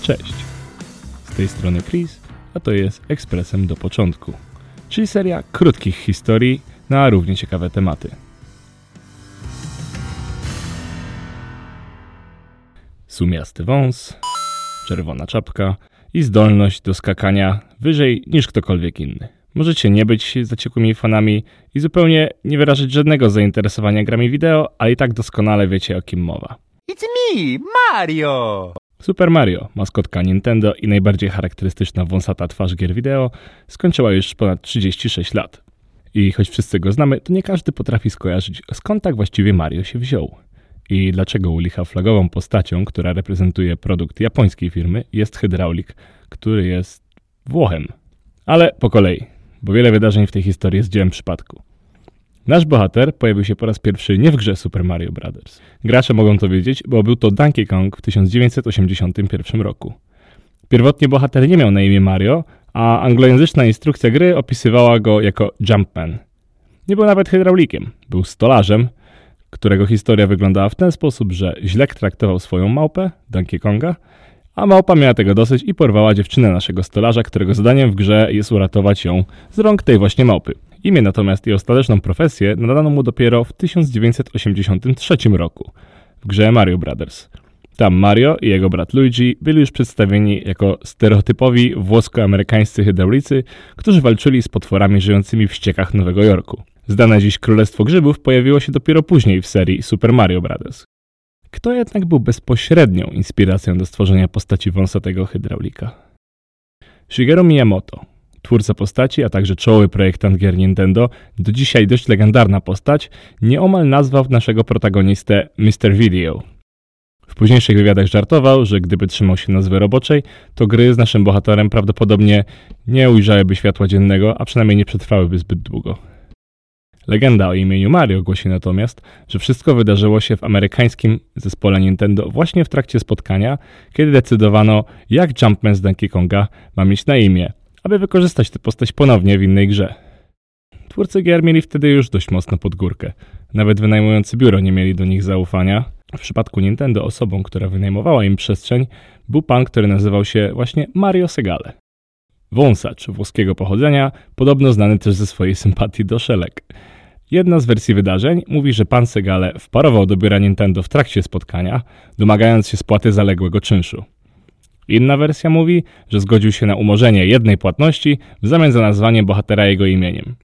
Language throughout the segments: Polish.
Cześć, z tej strony Chris, a to jest Ekspresem do początku, czyli seria krótkich historii na równie ciekawe tematy. Sumiasty wąs, czerwona czapka i zdolność do skakania wyżej niż ktokolwiek inny. Możecie nie być zaciekłymi fanami i zupełnie nie wyrażać żadnego zainteresowania grami wideo, ale i tak doskonale wiecie, o kim mowa. It's me, Mario! Super Mario, maskotka Nintendo i najbardziej charakterystyczna wąsata twarz gier wideo, skończyła już ponad 36 lat. I choć wszyscy go znamy, to nie każdy potrafi skojarzyć, skąd tak właściwie Mario się wziął. I dlaczego u licha flagową postacią, która reprezentuje produkt japońskiej firmy, jest hydraulik, który jest Włochem. Ale po kolei, bo wiele wydarzeń w tej historii jest dziełem przypadku. Nasz bohater pojawił się po raz pierwszy nie w grze Super Mario Bros. Gracze mogą to wiedzieć, bo był to Donkey Kong w 1981 roku. Pierwotnie bohater nie miał na imię Mario, a anglojęzyczna instrukcja gry opisywała go jako Jumpman. Nie był nawet hydraulikiem, był stolarzem, którego historia wyglądała w ten sposób, że źle traktował swoją małpę, Donkey Konga, a małpa miała tego dosyć i porwała dziewczynę naszego stolarza, którego zadaniem w grze jest uratować ją z rąk tej właśnie małpy. Imię natomiast i ostateczną profesję nadano mu dopiero w 1983 roku w grze Mario Bros. Tam Mario i jego brat Luigi byli już przedstawieni jako stereotypowi włosko-amerykańscy hydraulicy, którzy walczyli z potworami żyjącymi w ściekach Nowego Jorku. Znane dziś Królestwo Grzybów pojawiło się dopiero później w serii Super Mario Bros. Kto jednak był bezpośrednią inspiracją do stworzenia postaci wąsatego hydraulika? Shigeru Miyamoto, twórca postaci, a także czołowy projektant gier Nintendo, do dzisiaj dość legendarna postać, nieomal nazwał naszego protagonistę Mr. Video. W późniejszych wywiadach żartował, że gdyby trzymał się nazwy roboczej, to gry z naszym bohaterem prawdopodobnie nie ujrzałyby światła dziennego, a przynajmniej nie przetrwałyby zbyt długo. Legenda o imieniu Mario głosi natomiast, że wszystko wydarzyło się w amerykańskim zespole Nintendo właśnie w trakcie spotkania, kiedy decydowano, jak Jumpman z Donkey Konga ma mieć na imię, aby wykorzystać tę postać ponownie w innej grze. Twórcy gier mieli wtedy już dość mocno pod górkę. Nawet wynajmujący biuro nie mieli do nich zaufania. W przypadku Nintendo osobą, która wynajmowała im przestrzeń, był pan, który nazywał się właśnie Mario Segale. Wąsacz włoskiego pochodzenia, podobno znany też ze swojej sympatii do szelek. Jedna z wersji wydarzeń mówi, że pan Segale wparował do biura Nintendo w trakcie spotkania, domagając się spłaty zaległego czynszu. Inna wersja mówi, że zgodził się na umorzenie jednej płatności w zamian za nazwanie bohatera jego imieniem.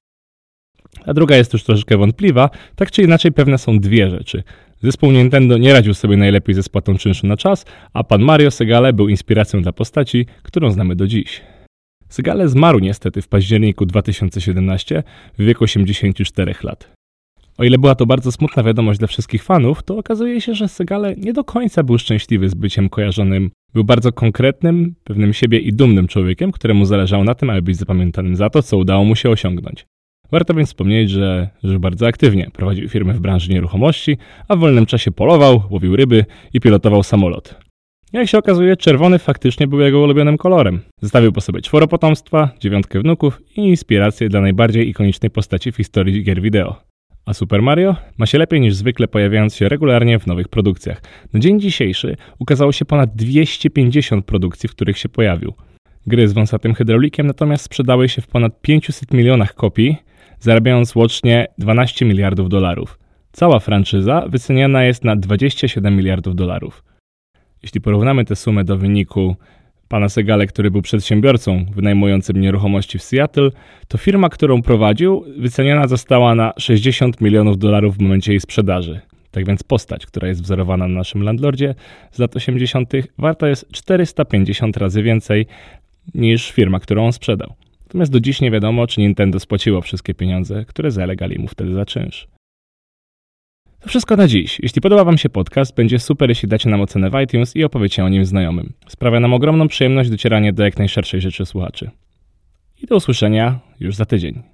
A druga jest już troszeczkę wątpliwa, tak czy inaczej pewne są dwie rzeczy. Zespół Nintendo nie radził sobie najlepiej ze spłatą czynszu na czas, a pan Mario Segale był inspiracją dla postaci, którą znamy do dziś. Segale zmarł niestety w październiku 2017 w wieku 84 lat. O ile była to bardzo smutna wiadomość dla wszystkich fanów, to okazuje się, że Segale nie do końca był szczęśliwy z byciem kojarzonym. Był bardzo konkretnym, pewnym siebie i dumnym człowiekiem, któremu zależało na tym, aby być zapamiętanym za to, co udało mu się osiągnąć. Warto więc wspomnieć, że żył bardzo aktywnie, prowadził firmę w branży nieruchomości, a w wolnym czasie polował, łowił ryby i pilotował samolot. Jak się okazuje, czerwony faktycznie był jego ulubionym kolorem. Zostawił po sobie 4 potomstwa, 9 wnuków i inspirację dla najbardziej ikonicznej postaci w historii gier wideo. A Super Mario ma się lepiej niż zwykle, pojawiając się regularnie w nowych produkcjach. Na dzień dzisiejszy ukazało się ponad 250 produkcji, w których się pojawił. Gry z wąsatym hydraulikiem natomiast sprzedały się w ponad 500 milionach kopii, zarabiając łącznie 12 miliardów dolarów. Cała franczyza wyceniana jest na 27 miliardów dolarów. Jeśli porównamy tę sumę do wyniku pana Segale, który był przedsiębiorcą wynajmującym nieruchomości w Seattle, to firma, którą prowadził, wyceniona została na 60 milionów dolarów w momencie jej sprzedaży. Tak więc postać, która jest wzorowana na naszym landlordzie z lat 80., warta jest 450 razy więcej niż firma, którą on sprzedał. Natomiast do dziś nie wiadomo, czy Nintendo spłaciło wszystkie pieniądze, które zalegali mu wtedy za czynsz. To wszystko na dziś. Jeśli podoba Wam się podcast, będzie super, jeśli dacie nam ocenę w iTunes i opowiecie o nim znajomym. Sprawia nam ogromną przyjemność docieranie do jak najszerszej rzeszy słuchaczy. I do usłyszenia już za tydzień.